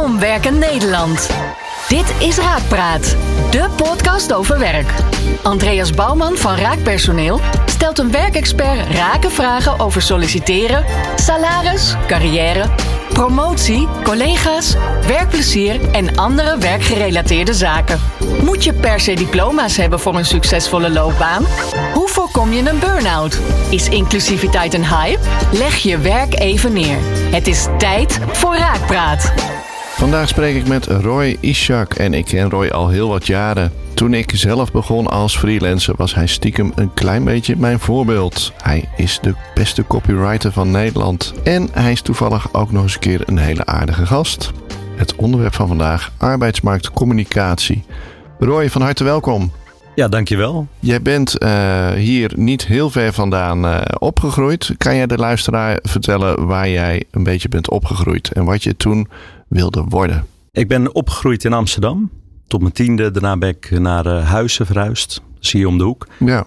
om Werken Nederland. Dit is Raakpraat, de podcast over werk. Andreas Bouwman van Raakpersoneel stelt een werkexpert rake vragen over solliciteren, salaris, carrière, promotie, collega's, werkplezier en andere werkgerelateerde zaken. Moet je per se diploma's hebben voor een succesvolle loopbaan? Hoe voorkom je een burn-out? Is inclusiviteit een hype? Leg je werk even neer. Het is tijd voor Raakpraat. Vandaag spreek ik met Roy Ishak en ik ken Roy al heel wat jaren. Toen ik zelf begon als freelancer was hij stiekem een klein beetje mijn voorbeeld. Hij is de beste copywriter van Nederland en hij is toevallig ook nog eens een keer een hele aardige gast. Het onderwerp van vandaag, arbeidsmarktcommunicatie. Roy, van harte welkom. Ja, dankjewel. Jij bent hier niet heel ver vandaan opgegroeid. Kan jij de luisteraar vertellen waar jij een beetje bent opgegroeid en wat je toen wilde worden? Ik ben opgegroeid in Amsterdam. Tot mijn 10e. Daarna ben ik naar Huizen verhuisd. Zie je om de hoek. Ja.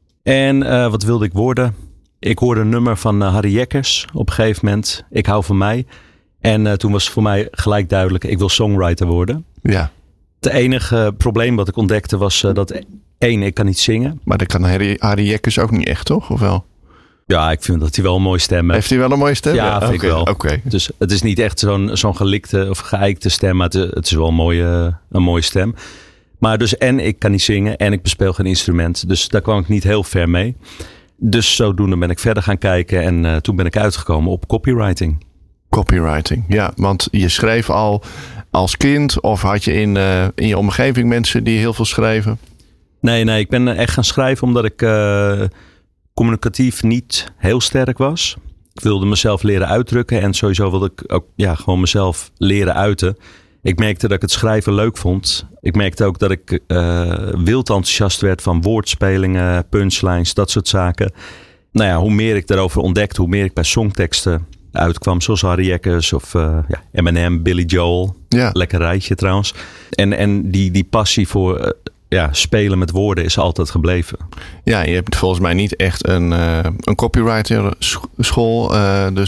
En wat wilde ik worden? Ik hoorde een nummer van Harry Jekkers op een gegeven moment. Ik hou van mij. En toen was voor mij gelijk duidelijk, ik wil songwriter worden. Ja. Het enige probleem wat ik ontdekte was dat ik kan niet zingen. Maar dat kan Harry Jekkers ook niet echt, toch? Of wel? Ja, ik vind dat hij wel een mooie stem heeft. Heeft hij wel een mooie stem? Ja, vind ik wel. Okay. Dus het is niet echt zo'n gelikte of geëikte stem, maar het is wel een mooie stem. Maar dus ik kan niet zingen en ik bespeel geen instrument. Dus daar kwam ik niet heel ver mee. Dus zodoende ben ik verder gaan kijken en toen ben ik uitgekomen op copywriting. Copywriting, ja. Want je schreef al als kind of had je in je omgeving mensen die heel veel schreven? Nee, ik ben echt gaan schrijven omdat ik communicatief niet heel sterk was. Ik wilde mezelf leren uitdrukken en sowieso wilde ik ook gewoon mezelf leren uiten. Ik merkte dat ik het schrijven leuk vond. Ik merkte ook dat ik wild enthousiast werd van woordspelingen, punchlines, dat soort zaken. Nou ja, hoe meer ik daarover ontdekte, hoe meer ik bij songteksten uitkwam. Zoals Harry Jekkers of Eminem, Billy Joel. Ja. Lekker rijtje trouwens. En die passie voor spelen met woorden is altijd gebleven. Ja, je hebt volgens mij niet echt een copywriter school. Dus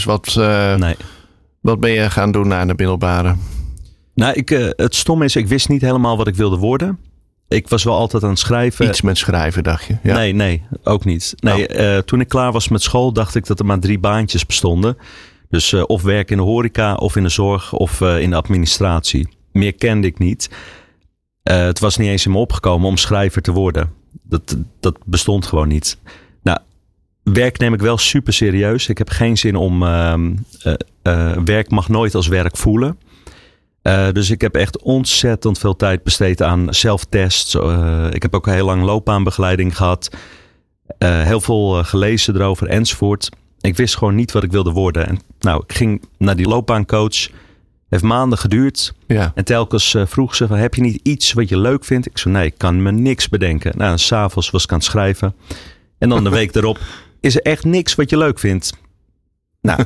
wat ben je gaan doen na de middelbare? Nou, het stomme is, ik wist niet helemaal wat ik wilde worden. Ik was wel altijd aan het schrijven. Iets met schrijven, dacht je? Ja. Nee, ook niet. Nee, toen ik klaar was met school, dacht ik dat er maar 3 baantjes bestonden. Dus of werk in de horeca, of in de zorg, of in de administratie. Meer kende ik niet. Het was niet eens in me opgekomen om schrijver te worden. Dat bestond gewoon niet. Nou, werk neem ik wel super serieus. Ik heb geen zin om... werk mag nooit als werk voelen. Dus ik heb echt ontzettend veel tijd besteed aan zelftests. Ik heb ook heel lang loopbaanbegeleiding gehad. Heel veel gelezen erover enzovoort. Ik wist gewoon niet wat ik wilde worden. En ik ging naar die loopbaancoach. Heeft maanden geduurd. Ja. En telkens vroeg ze van, heb je niet iets wat je leuk vindt? Ik zei, nee, ik kan me niks bedenken. Nou, en 's avonds was ik aan het schrijven. En dan de week erop, is er echt niks wat je leuk vindt? Nou,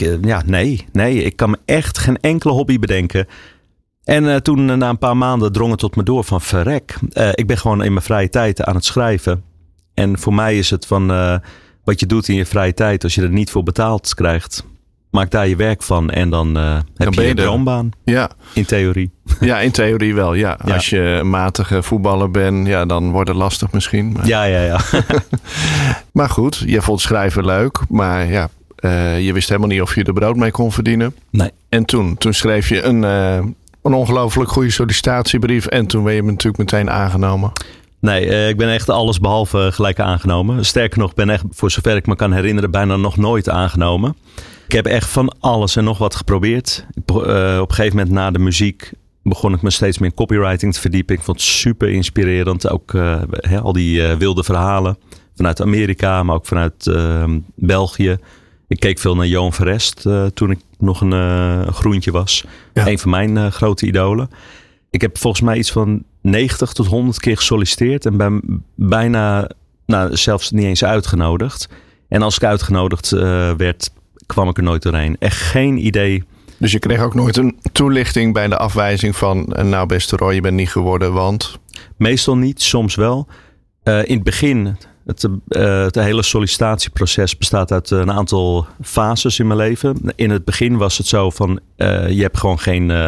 nee, ik kan me echt geen enkele hobby bedenken. En toen na een paar maanden drong het tot me door van verrek. Ik ben gewoon in mijn vrije tijd aan het schrijven. En voor mij is het van wat je doet in je vrije tijd, als je er niet voor betaald krijgt, maak daar je werk van en dan heb je een droombaan. Ja. In theorie. Ja, in theorie wel. Ja. Ja. Als je een matige voetballer bent, dan wordt het lastig misschien. Maar... Ja. Maar goed, je vond schrijven leuk, maar je wist helemaal niet of je er brood mee kon verdienen. Nee. En toen schreef je een ongelooflijk goede sollicitatiebrief en toen ben je natuurlijk meteen aangenomen. Nee, ik ben echt alles behalve gelijk aangenomen. Sterker nog, ik ben echt, voor zover ik me kan herinneren, bijna nog nooit aangenomen. Ik heb echt van alles en nog wat geprobeerd. Op een gegeven moment na de muziek begon ik me steeds meer in copywriting te verdiepen. Ik vond het super inspirerend. Ook al die wilde verhalen vanuit Amerika, maar ook vanuit België. Ik keek veel naar Johan Verest toen ik nog een groentje was. Ja. Een van mijn grote idolen. Ik heb volgens mij iets van 90 tot 100 keer gesolliciteerd. En ben bijna, zelfs niet eens uitgenodigd. En als ik uitgenodigd werd, kwam ik er nooit doorheen. Echt geen idee. Dus je kreeg ook nooit een toelichting bij de afwijzing van... nou beste Roy, je bent niet geworden, want... Meestal niet, soms wel. In het begin, het hele sollicitatieproces bestaat uit een aantal fases in mijn leven. In het begin was het zo van, je hebt gewoon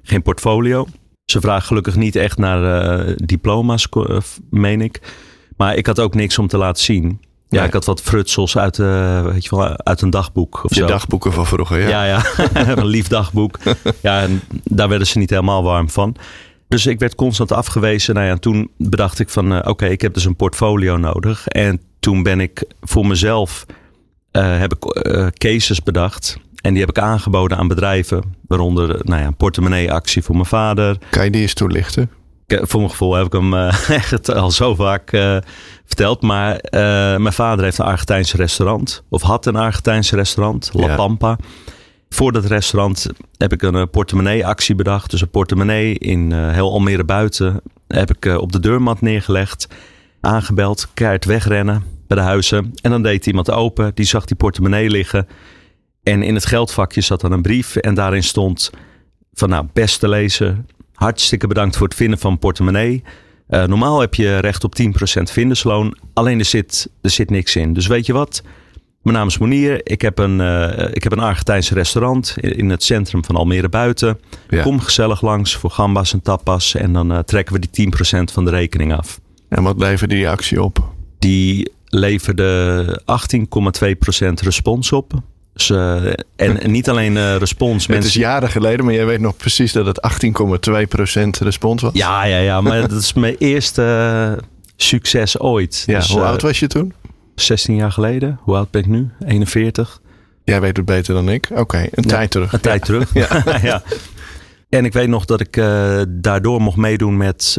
geen portfolio. Ze vragen gelukkig niet echt naar diploma's, meen ik. Maar ik had ook niks om te laten zien. Ja, nee. Ik had wat frutsels uit een dagboek of zo. Je dagboeken van vroeger, ja. Ja. Een lief dagboek. Ja, en daar werden ze niet helemaal warm van. Dus ik werd constant afgewezen. Nou ja, toen bedacht ik van oké, ik heb dus een portfolio nodig. En toen ben ik voor mezelf heb ik cases bedacht. En die heb ik aangeboden aan bedrijven. Waaronder een portemonnee-actie voor mijn vader. Kan je die eens toelichten? Voor mijn gevoel heb ik hem echt al zo vaak verteld. Maar mijn vader heeft een Argentijns restaurant. Of had een Argentijns restaurant. La Pampa. Voor dat restaurant heb ik een portemonnee-actie bedacht. Dus een portemonnee in heel Almere buiten heb ik op de deurmat neergelegd. Aangebeld, keihard wegrennen bij de huizen. En dan deed iemand open. Die zag die portemonnee liggen. En in het geldvakje zat dan een brief. En daarin stond van beste lezer. Hartstikke bedankt voor het vinden van een portemonnee. Normaal heb je recht op 10% vindersloon. Alleen er zit niks in. Dus weet je wat? Mijn naam is Monier. Ik heb een Argentijns restaurant in het centrum van Almere buiten. Ja. Kom gezellig langs voor gambas en tapas. En dan trekken we die 10% van de rekening af. En wat leverde die actie op? Die leverde 18,2% respons op. Dus, en niet alleen respons. Het is jaren geleden, maar jij weet nog precies dat het 18,2% respons was. Ja, maar dat is mijn eerste succes ooit. Ja, dus, hoe oud was je toen? 16 jaar geleden. Hoe oud ben ik nu? 41. Jij weet het beter dan ik. Oké, een tijd terug. Een tijd terug. Ja. Ja. En ik weet nog dat ik daardoor mocht meedoen met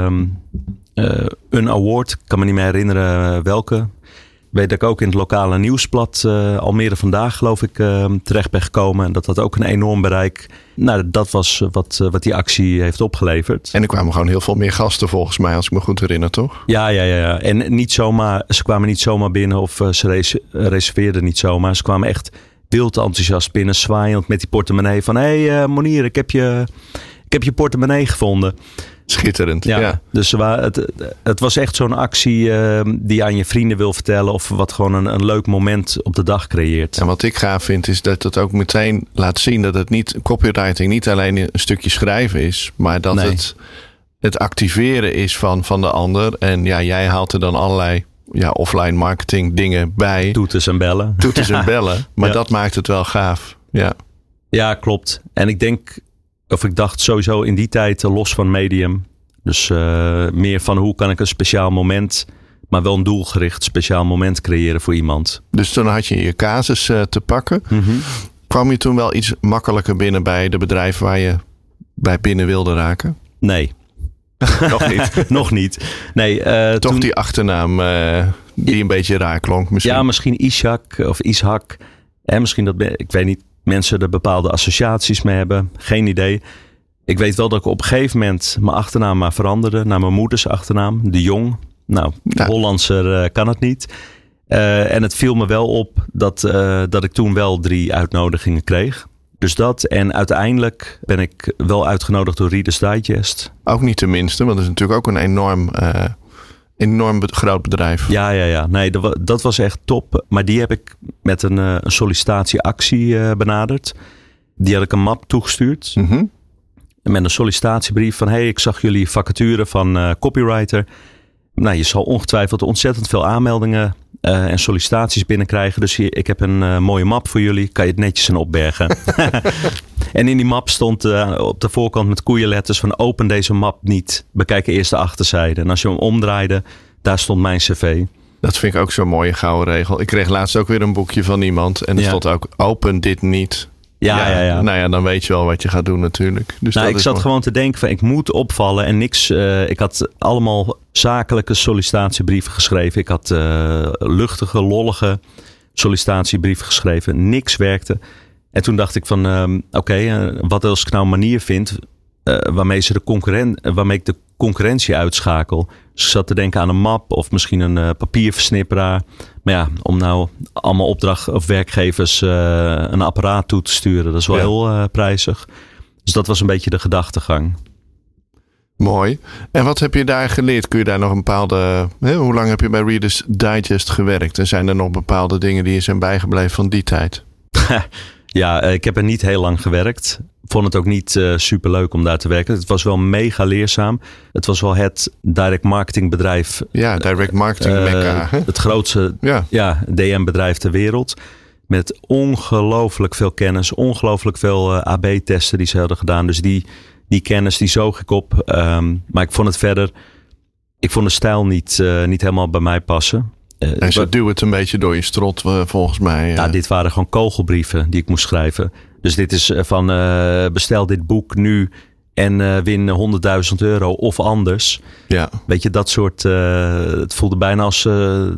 een award. Ik kan me niet meer herinneren welke. Ik weet dat ik ook in het lokale nieuwsblad Almere Vandaag geloof ik terecht ben gekomen. En dat had ook een enorm bereik. Nou, dat was wat die actie heeft opgeleverd. En er kwamen gewoon heel veel meer gasten volgens mij, als ik me goed herinner, toch? Ja. En niet zomaar, ze kwamen niet zomaar binnen of ze reserveerden niet zomaar. Ze kwamen echt wild enthousiast binnen, zwaaiend met die portemonnee van hey Monier, ik heb je portemonnee gevonden. Schitterend, ja. Dus het was echt zo'n actie die je aan je vrienden wil vertellen. Of wat gewoon een leuk moment op de dag creëert. En wat ik gaaf vind is dat het ook meteen laat zien dat het niet copywriting niet alleen een stukje schrijven is. Maar dat het activeren is van de ander. En ja, jij haalt er dan allerlei offline marketing dingen bij. Toeters en bellen. Maar dat maakt het wel gaaf. Ja, klopt. En ik dacht sowieso in die tijd los van medium. Dus meer van hoe kan ik een speciaal moment, maar wel een doelgericht speciaal moment creëren voor iemand. Dus toen had je casus te pakken. Mm-hmm. Kwam je toen wel iets makkelijker binnen bij de bedrijven waar je bij binnen wilde raken? Nee. Nog niet? Nog niet. Nee. Toch toen die achternaam die een beetje raar klonk misschien? Ja, misschien Ishak of Ishak. En misschien ik weet niet. Mensen er bepaalde associaties mee hebben. Geen idee. Ik weet wel dat ik op een gegeven moment mijn achternaam maar veranderde naar mijn moeders achternaam. De Jong. Nou, Hollandser kan het niet. En het viel me wel op dat ik toen wel 3 uitnodigingen kreeg. Dus dat. En uiteindelijk ben ik wel uitgenodigd door Reader's Digest. Ook niet tenminste, want dat is natuurlijk ook een enorm groot bedrijf. Ja. Nee, dat was echt top. Maar die heb ik met een sollicitatieactie benaderd. Die had ik een map toegestuurd. Mm-hmm. Met een sollicitatiebrief van hey, ik zag jullie vacature van copywriter. Nou, je zal ongetwijfeld ontzettend veel aanmeldingen en sollicitaties binnenkrijgen. Dus ik heb een mooie map voor jullie. Kan je het netjes in opbergen. En in die map stond op de voorkant met koeienletters van open deze map niet. Bekijk eerst de achterzijde. En als je hem omdraaide, daar stond mijn cv. Dat vind ik ook zo'n mooie gouden regel. Ik kreeg laatst ook weer een boekje van iemand. En er stond ook open dit niet. Ja. Nou ja, dan weet je wel wat je gaat doen natuurlijk. Dus ik zat gewoon te denken van ik moet opvallen en niks. Ik had allemaal zakelijke sollicitatiebrieven geschreven. Ik had luchtige, lollige sollicitatiebrieven geschreven. Niks werkte. En toen dacht ik van wat als ik nou een manier vind waarmee ik de concurrentie uitschakel. Dus ik zat te denken aan een map of misschien een papierversnipperaar. Maar ja, om nou allemaal of werkgevers een apparaat toe te sturen, dat is wel heel prijzig. Dus dat was een beetje de gedachtegang. Mooi. En wat heb je daar geleerd? Kun je daar nog een bepaalde... hoe lang heb je bij Reader's Digest gewerkt? En zijn er nog bepaalde dingen die je zijn bijgebleven van die tijd? Ja, ik heb er niet heel lang gewerkt. vond het ook niet super leuk om daar te werken. Het was wel mega leerzaam. Het was wel het direct marketing bedrijf. Ja, direct marketing mecca. Het grootste DM-bedrijf ter wereld. Met ongelooflijk veel kennis. Ongelooflijk veel AB-testen die ze hadden gedaan. Dus die kennis die zoog ik op. Maar ik vond het verder... Ik vond de stijl niet helemaal bij mij passen. En ze duwen het een beetje door je strot volgens mij. Ja, dit waren gewoon kogelbrieven die ik moest schrijven. Dus dit is van bestel dit boek nu en win €100.000 of anders. Ja. Weet je, dat soort... het voelde bijna als...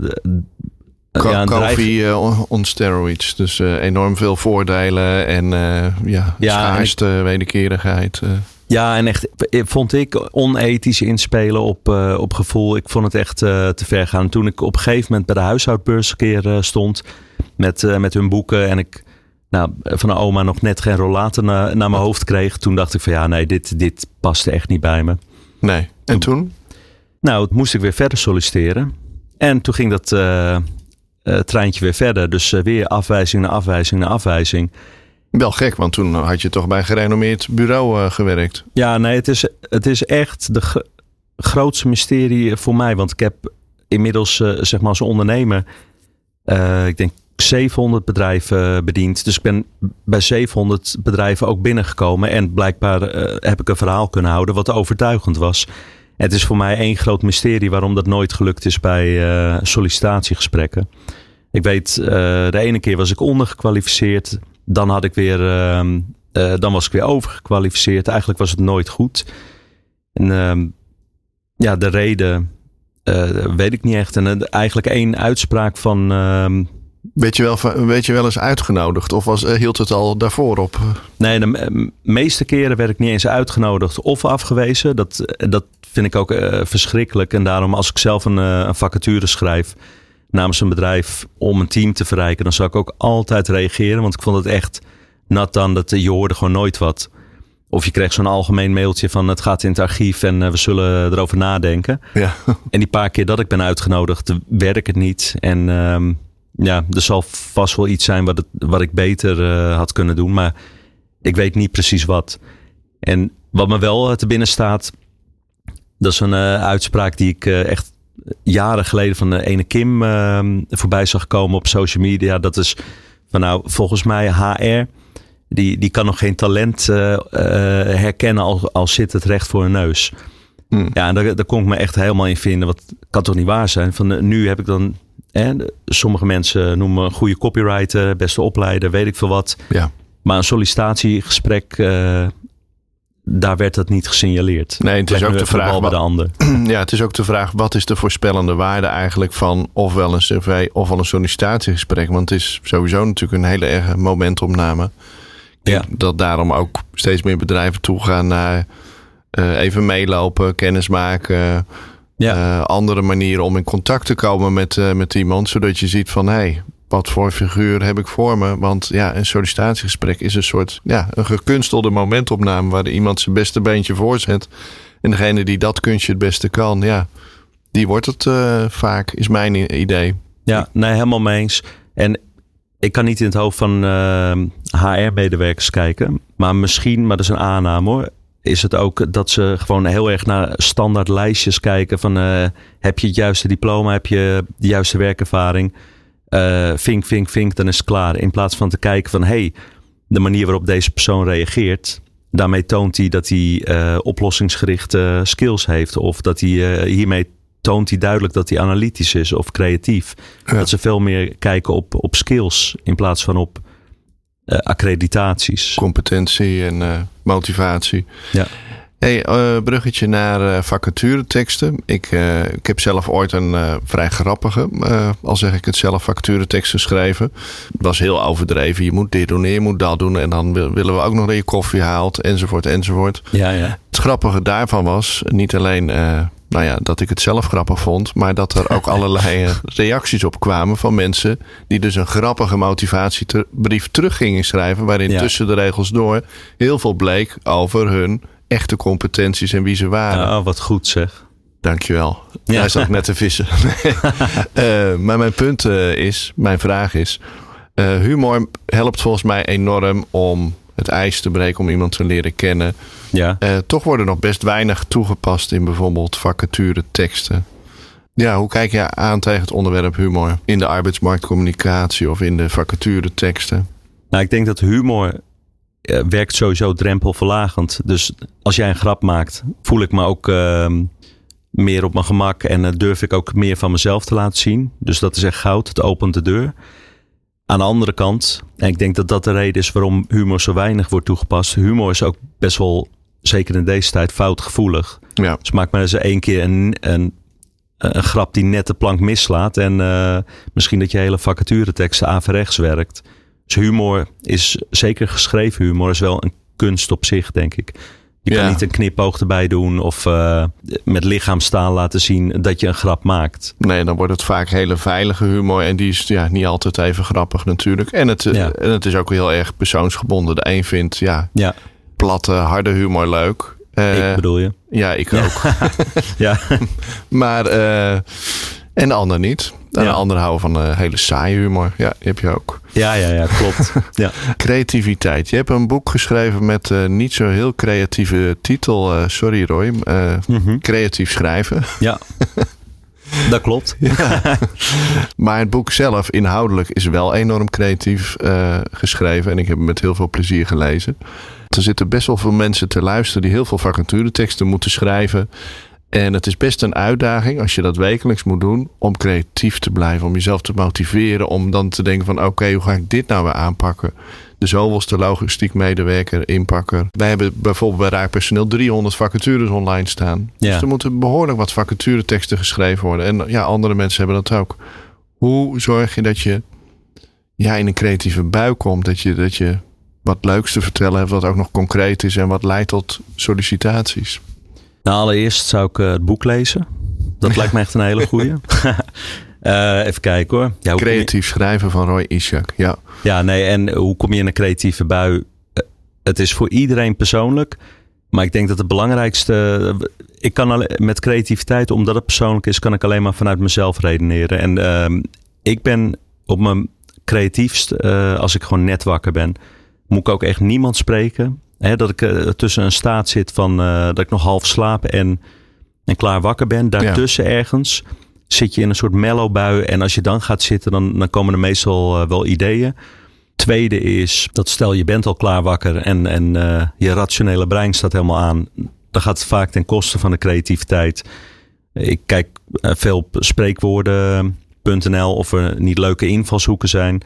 Coffee on steroids. Dus enorm veel voordelen en schaarste, wederkerigheid. Ja, en echt vond ik onethisch inspelen op gevoel. Ik vond het echt te ver gaan. Toen ik op een gegeven moment bij de huishoudbeurs een keer stond met hun boeken en ik van de oma nog net geen rollator naar mijn hoofd kreeg. Toen dacht ik van dit paste echt niet bij me. Nee. En toen? Nou, moest ik weer verder solliciteren. En toen ging dat treintje weer verder. Dus weer afwijzing na afwijzing na afwijzing. Wel gek, want toen had je toch bij een gerenommeerd bureau gewerkt. Ja, nee, het is echt de grootste mysterie voor mij. Want ik heb inmiddels, zeg maar als ondernemer, ik denk 700 bedrijven bediend. Dus ik ben bij 700 bedrijven ook binnengekomen. En blijkbaar heb ik een verhaal kunnen houden wat overtuigend was. En het is voor mij één groot mysterie waarom dat nooit gelukt is bij sollicitatiegesprekken. Ik weet, de ene keer was ik ondergekwalificeerd. Dan had ik weer, dan was ik weer overgekwalificeerd. Eigenlijk was het nooit goed. En de reden weet ik niet echt. En eigenlijk één uitspraak van... Werd je wel eens uitgenodigd of hield het al daarvoor op? Nee, de meeste keren werd ik niet eens uitgenodigd of afgewezen. Dat vind ik ook verschrikkelijk. En daarom als ik zelf een vacature schrijf namens een bedrijf om een team te verrijken, dan zou ik ook altijd reageren. Want ik vond het echt nat dan dat je hoorde gewoon nooit wat. Of je kreeg zo'n algemeen mailtje van het gaat in het archief en we zullen erover nadenken. Ja. En die paar keer dat ik ben uitgenodigd, werk het niet. En er zal vast wel iets zijn wat ik beter had kunnen doen. Maar ik weet niet precies wat. En wat me wel te binnen staat, dat is een uitspraak die ik echt jaren geleden van de ene Kim voorbij zag komen op social media. Dat is van volgens mij HR. Die kan nog geen talent herkennen al zit het recht voor hun neus. Ja, en daar kon ik me echt helemaal in vinden. Want het kan toch niet waar zijn. Van nu heb ik dan... sommige mensen noemen me een goede copywriter, beste opleider, weet ik veel wat. Ja. Maar een sollicitatiegesprek, daar werd dat niet gesignaleerd. Nee, het is ook de vraag. Bij de ander. Ja, het is ook de vraag, wat is de voorspellende waarde eigenlijk van ofwel een cv ofwel een sollicitatiegesprek? Want het is sowieso natuurlijk een hele erge momentopname. Ik denk dat daarom ook steeds meer bedrijven toegaan naar even meelopen, kennis maken. Andere manieren om in contact te komen met iemand. Zodat je ziet van, wat voor figuur heb ik voor me? Want een sollicitatiegesprek is een soort, een gekunstelde momentopname waar iemand zijn beste beentje voorzet. En degene die dat kunstje het beste kan, die wordt het vaak, is mijn idee. Ja, nee, helemaal mee eens. En ik kan niet in het hoofd van HR-medewerkers kijken. Maar misschien, maar dat is een aanname hoor, is het ook dat ze gewoon heel erg naar standaard lijstjes kijken van heb je het juiste diploma, heb je de juiste werkervaring, vink, dan is het klaar. In plaats van te kijken van de manier waarop deze persoon reageert, daarmee toont hij dat hij oplossingsgerichte skills heeft of dat hij hiermee toont hij duidelijk dat hij analytisch is of creatief. Ja. Dat ze veel meer kijken op skills in plaats van op accreditaties. Competentie en motivatie. Ja. Bruggetje naar vacatureteksten. Ik heb zelf ooit een vrij grappige, al zeg ik het zelf, vacaturetekst geschreven. Het was heel overdreven. Je moet dit doen en je moet dat doen. En dan willen we ook nog dat je koffie haalt, enzovoort. Ja. Het grappige daarvan was niet alleen dat ik het zelf grappig vond, maar dat er ook allerlei reacties op kwamen van mensen die dus een grappige motivatiebrief terug gingen schrijven, waarin tussen de regels door heel veel bleek over hun echte competenties en wie ze waren. Oh, wat goed zeg. Dankjewel. Ja. Hij zat net te vissen. Maar mijn vraag is, humor helpt volgens mij enorm om het ijs te breken om iemand te leren kennen. Ja. Toch worden nog best weinig toegepast in bijvoorbeeld vacature teksten. Ja, hoe kijk je aan tegen het onderwerp humor in de arbeidsmarktcommunicatie of in de vacature teksten? Nou, ik denk dat humor werkt sowieso drempelverlagend. Dus als jij een grap maakt, voel ik me ook meer op mijn gemak en durf ik ook meer van mezelf te laten zien. Dus dat is echt goud. Het opent de deur. Aan de andere kant, en ik denk dat dat de reden is waarom humor zo weinig wordt toegepast. Humor is ook best wel, zeker in deze tijd, foutgevoelig. Ja. Dus maak maar eens 1 keer een grap die net de plank mislaat. En misschien dat je hele vacatureteksten averechts werkt. Dus humor is, zeker geschreven humor, is wel een kunst op zich, denk ik. Je kan niet een knipoog erbij doen of met lichaamstaal laten zien dat je een grap maakt. Nee, dan wordt het vaak hele veilige humor. En die is niet altijd even grappig natuurlijk. En het is ook heel erg persoonsgebonden. De een vindt platte, harde humor leuk. Ik bedoel je? Ja, ik ook. Ja. Maar en de ander niet. En de ander houden van hele saaie humor. Ja, die heb je ook. Ja, klopt. Ja. Creativiteit. Je hebt een boek geschreven met niet zo heel creatieve titel. Sorry Roy. Creatief schrijven. Ja, dat klopt. Ja. Maar het boek zelf inhoudelijk is wel enorm creatief geschreven. En ik heb hem met heel veel plezier gelezen. Er zitten best wel veel mensen te luisteren die heel veel vacatureteksten moeten schrijven. En het is best een uitdaging als je dat wekelijks moet doen om creatief te blijven. Om jezelf te motiveren. Om dan te denken van oké, hoe ga ik dit nou weer aanpakken? De zoveelste logistiek medewerker, inpakker. Wij hebben bijvoorbeeld bij Raakpersoneel 300 vacatures online staan. Ja. Dus er moeten behoorlijk wat vacatureteksten geschreven worden. En andere mensen hebben dat ook. Hoe zorg je dat je in een creatieve bui komt? Dat je wat leuks te vertellen hebt wat ook nog concreet is. En wat leidt tot sollicitaties? Nou, allereerst zou ik het boek lezen. Dat lijkt me echt een hele goeie. Even kijken hoor. Ja, creatief schrijven van Roy Ishak. Ja, nee, en hoe kom je in een creatieve bui? Het is voor iedereen persoonlijk. Maar ik denk dat het belangrijkste... Ik kan met creativiteit, omdat het persoonlijk is, kan ik alleen maar vanuit mezelf redeneren. En ik ben op mijn creatiefst als ik gewoon net wakker ben. Moet ik ook echt niemand spreken. Dat ik tussen een staat zit van dat ik nog half slaap en klaar wakker ben. Daartussen ergens zit je in een soort mellow bui. En als je dan gaat zitten, dan komen er meestal wel ideeën. Tweede is dat stel je bent al klaar wakker en je rationele brein staat helemaal aan. Dan gaat het vaak ten koste van de creativiteit. Ik kijk veel op spreekwoorden.nl of er niet leuke invalshoeken zijn.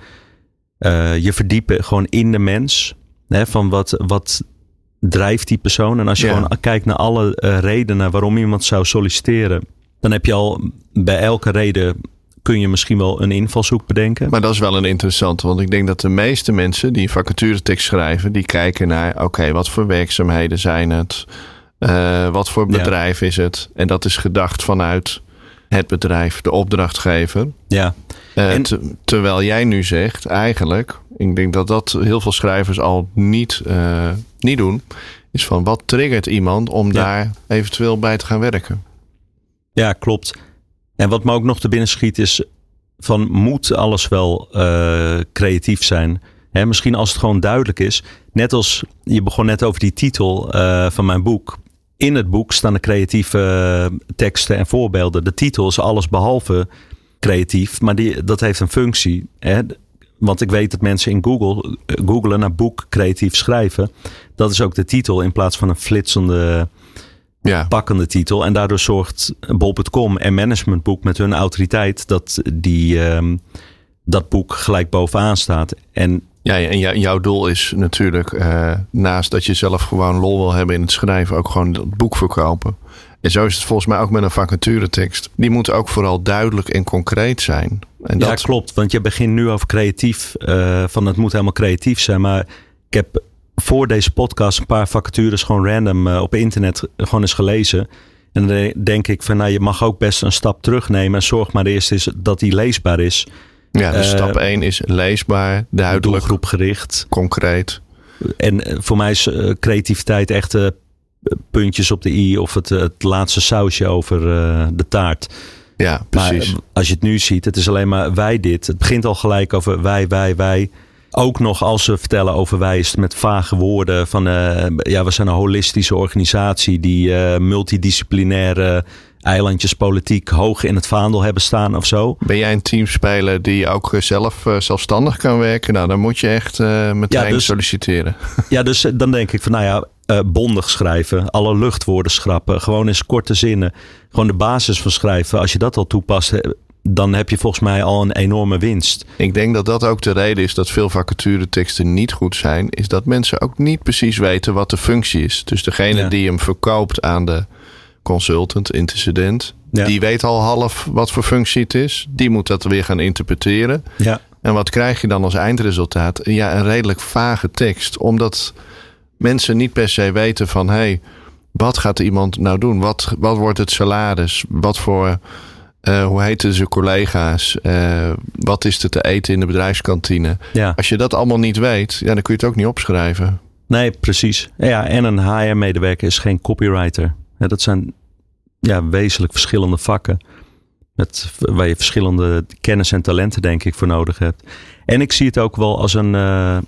Je verdiepen gewoon in de mens. Van wat drijft die persoon? En als je gewoon kijkt naar alle redenen waarom iemand zou solliciteren, dan heb je al bij elke reden kun je misschien wel een invalshoek bedenken. Maar dat is wel een interessante, want ik denk dat de meeste mensen die vacaturetekst schrijven, die kijken naar oké, wat voor werkzaamheden zijn het? Wat voor bedrijf is het? En dat is gedacht vanuit het bedrijf, de opdrachtgever. Ja. Terwijl jij nu zegt, eigenlijk, ik denk dat heel veel schrijvers al niet doen, is van wat triggert iemand om daar eventueel bij te gaan werken? Ja, klopt. En wat me ook nog te binnen schiet is van moet alles wel creatief zijn? Misschien als het gewoon duidelijk is. Net als je begon net over die titel van mijn boek. In het boek staan de creatieve teksten en voorbeelden. De titel is alles behalve creatief, maar dat heeft een functie. Want ik weet dat mensen in googlen naar boek creatief schrijven. Dat is ook de titel in plaats van een flitsende, pakkende titel. En daardoor zorgt bol.com en Managementboek met hun autoriteit dat boek gelijk bovenaan staat. En jouw doel is natuurlijk, naast dat je zelf gewoon lol wil hebben in het schrijven, ook gewoon het boek verkopen. En zo is het volgens mij ook met een vacaturetekst. Die moet ook vooral duidelijk en concreet zijn. En ja, klopt. Want je begint nu over creatief. Van het moet helemaal creatief zijn. Maar ik heb voor deze podcast een paar vacatures gewoon random op internet gewoon eens gelezen. En dan denk ik van je mag ook best een stap terugnemen. En zorg maar eerst eens dat die leesbaar is. Ja, dus stap 1 is leesbaar, duidelijk, doelgroepgericht, concreet. En voor mij is creativiteit echt puntjes op de i of het laatste sausje over de taart. Ja, precies. Maar als je het nu ziet, het is alleen maar wij dit. Het begint al gelijk over wij. Ook nog als ze vertellen over wij is het met vage woorden van we zijn een holistische organisatie die multidisciplinaire eilandjespolitiek hoog in het vaandel hebben staan of zo. Ben jij een teamspeler die ook zelfstandig kan werken? Nou, dan moet je echt meteen solliciteren. Ja, dus dan denk ik van bondig schrijven, alle luchtwoorden schrappen, gewoon eens korte zinnen, gewoon de basis van schrijven. Als je dat al toepast, dan heb je volgens mij al een enorme winst. Ik denk dat dat ook de reden is dat veel vacatureteksten niet goed zijn. Is dat mensen ook niet precies weten wat de functie is. Dus degene die hem verkoopt aan de consultant, intercedent, die weet al half wat voor functie het is. Die moet dat weer gaan interpreteren. Ja. En wat krijg je dan als eindresultaat? Ja, een redelijk vage tekst. Omdat mensen niet per se weten van wat gaat iemand nou doen? Wat wordt het salaris? Wat voor hoe heten ze collega's? Wat is er te eten in de bedrijfskantine? Ja. Als je dat allemaal niet weet, dan kun je het ook niet opschrijven. Nee, precies. Ja, en een HR-medewerker is geen copywriter. Ja, dat zijn wezenlijk verschillende vakken. Waar je verschillende kennis en talenten denk ik voor nodig hebt. En ik zie het ook wel als een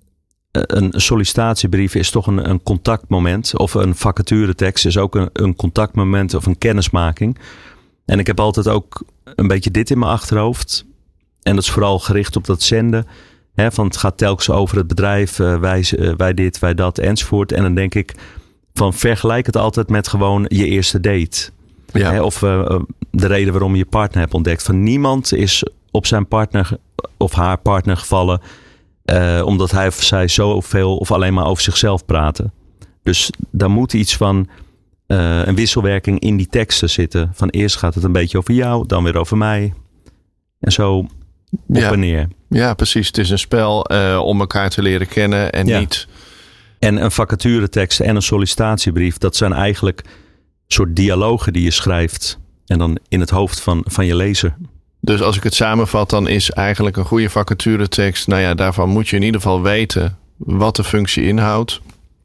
sollicitatiebrief is toch een contactmoment. Of een vacaturetekst is ook een contactmoment of een kennismaking. En ik heb altijd ook een beetje dit in mijn achterhoofd. En dat is vooral gericht op dat zenden. Van het gaat telkens over het bedrijf. Wij dit, wij dat enzovoort. En dan denk ik van vergelijk het altijd met gewoon je eerste date. Ja. Of de reden waarom je je partner hebt ontdekt. Van niemand is op zijn partner of haar partner gevallen omdat hij of zij zoveel of alleen maar over zichzelf praten. Dus daar moet iets van een wisselwerking in die teksten zitten. Van eerst gaat het een beetje over jou, dan weer over mij. En zo op en neer. Ja, precies. Het is een spel om elkaar te leren kennen en niet. En een vacaturetekst en een sollicitatiebrief, dat zijn eigenlijk soort dialogen die je schrijft. En dan in het hoofd van je lezer. Dus als ik het samenvat, dan is eigenlijk een goede vacaturetekst. Daarvan moet je in ieder geval weten wat de functie inhoudt.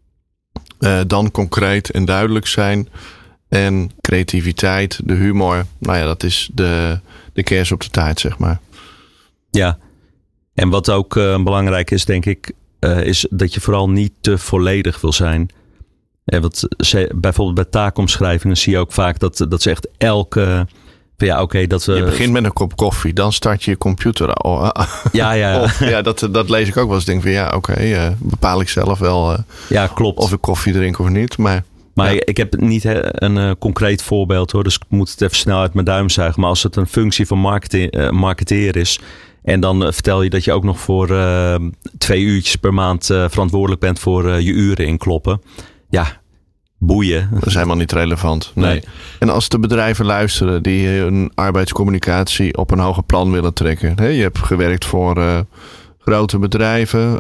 Dan concreet en duidelijk zijn. En creativiteit, de humor. Dat is de kers op de taart, zeg maar. Ja, en wat ook belangrijk is, denk ik, is dat je vooral niet te volledig wil zijn. Bijvoorbeeld bij taakomschrijvingen zie je ook vaak dat ze echt elke... Je begint met een kop koffie, dan start je je computer. Dat lees ik ook wel eens. Denk van bepaal ik zelf wel klopt. Of ik koffie drink of niet. Maar ik heb niet een concreet voorbeeld hoor. Dus ik moet het even snel uit mijn duim zuigen. Maar als het een functie van marketeer is. En dan vertel je dat je ook nog voor 2 uurtjes per maand verantwoordelijk bent voor je uren inkloppen. Ja, boeien. Dat is helemaal niet relevant. Nee. En als de bedrijven luisteren die hun arbeidscommunicatie op een hoger plan willen trekken. Je hebt gewerkt voor grote bedrijven.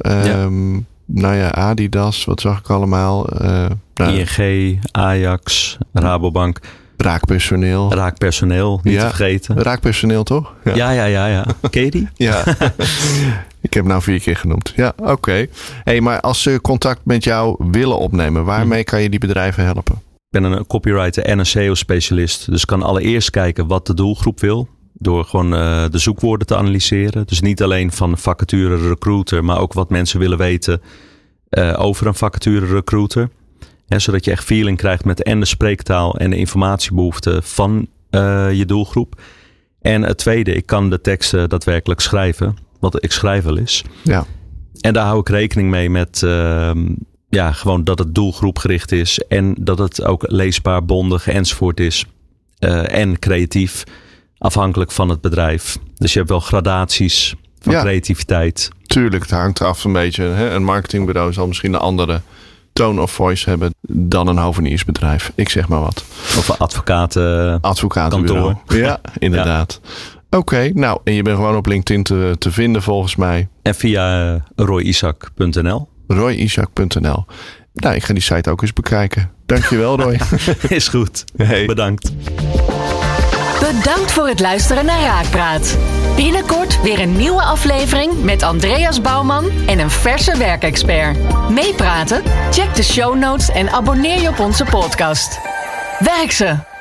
Adidas, wat zag ik allemaal? ING, Ajax, Rabobank. Raakpersoneel, niet te vergeten. Raakpersoneel, toch? Ja. Ken je die? Ja. Ik heb hem 4 keer genoemd. Ja, oké. Maar als ze contact met jou willen opnemen, waarmee kan je die bedrijven helpen? Ik ben een copywriter en een SEO-specialist. Dus ik kan allereerst kijken wat de doelgroep wil. Door gewoon de zoekwoorden te analyseren. Dus niet alleen van vacature recruiter, maar ook wat mensen willen weten over een vacature recruiter. Zodat je echt feeling krijgt met en de spreektaal en de informatiebehoeften van je doelgroep. En het tweede, ik kan de teksten daadwerkelijk schrijven. Want ik schrijf wel eens. Ja. En daar hou ik rekening mee met gewoon dat het doelgroepgericht is. En dat het ook leesbaar, bondig enzovoort is. En creatief, afhankelijk van het bedrijf. Dus je hebt wel gradaties van creativiteit. Tuurlijk, het hangt af een beetje. Een marketingbureau zal misschien een andere tone of voice hebben dan een hoveniersbedrijf. Ik zeg maar wat. Of een advocatenbureau. Ja, inderdaad. Ja. Oké, en je bent gewoon op LinkedIn te vinden volgens mij. En via royisaac.nl. royisaac.nl. Ik ga die site ook eens bekijken. Dankjewel, Roy. Is goed. Hey. Bedankt. Bedankt voor het luisteren naar Raakpraat. Binnenkort weer een nieuwe aflevering met Andreas Bouwman en een verse werkexpert. Meepraten? Check de show notes en abonneer je op onze podcast. Werk ze!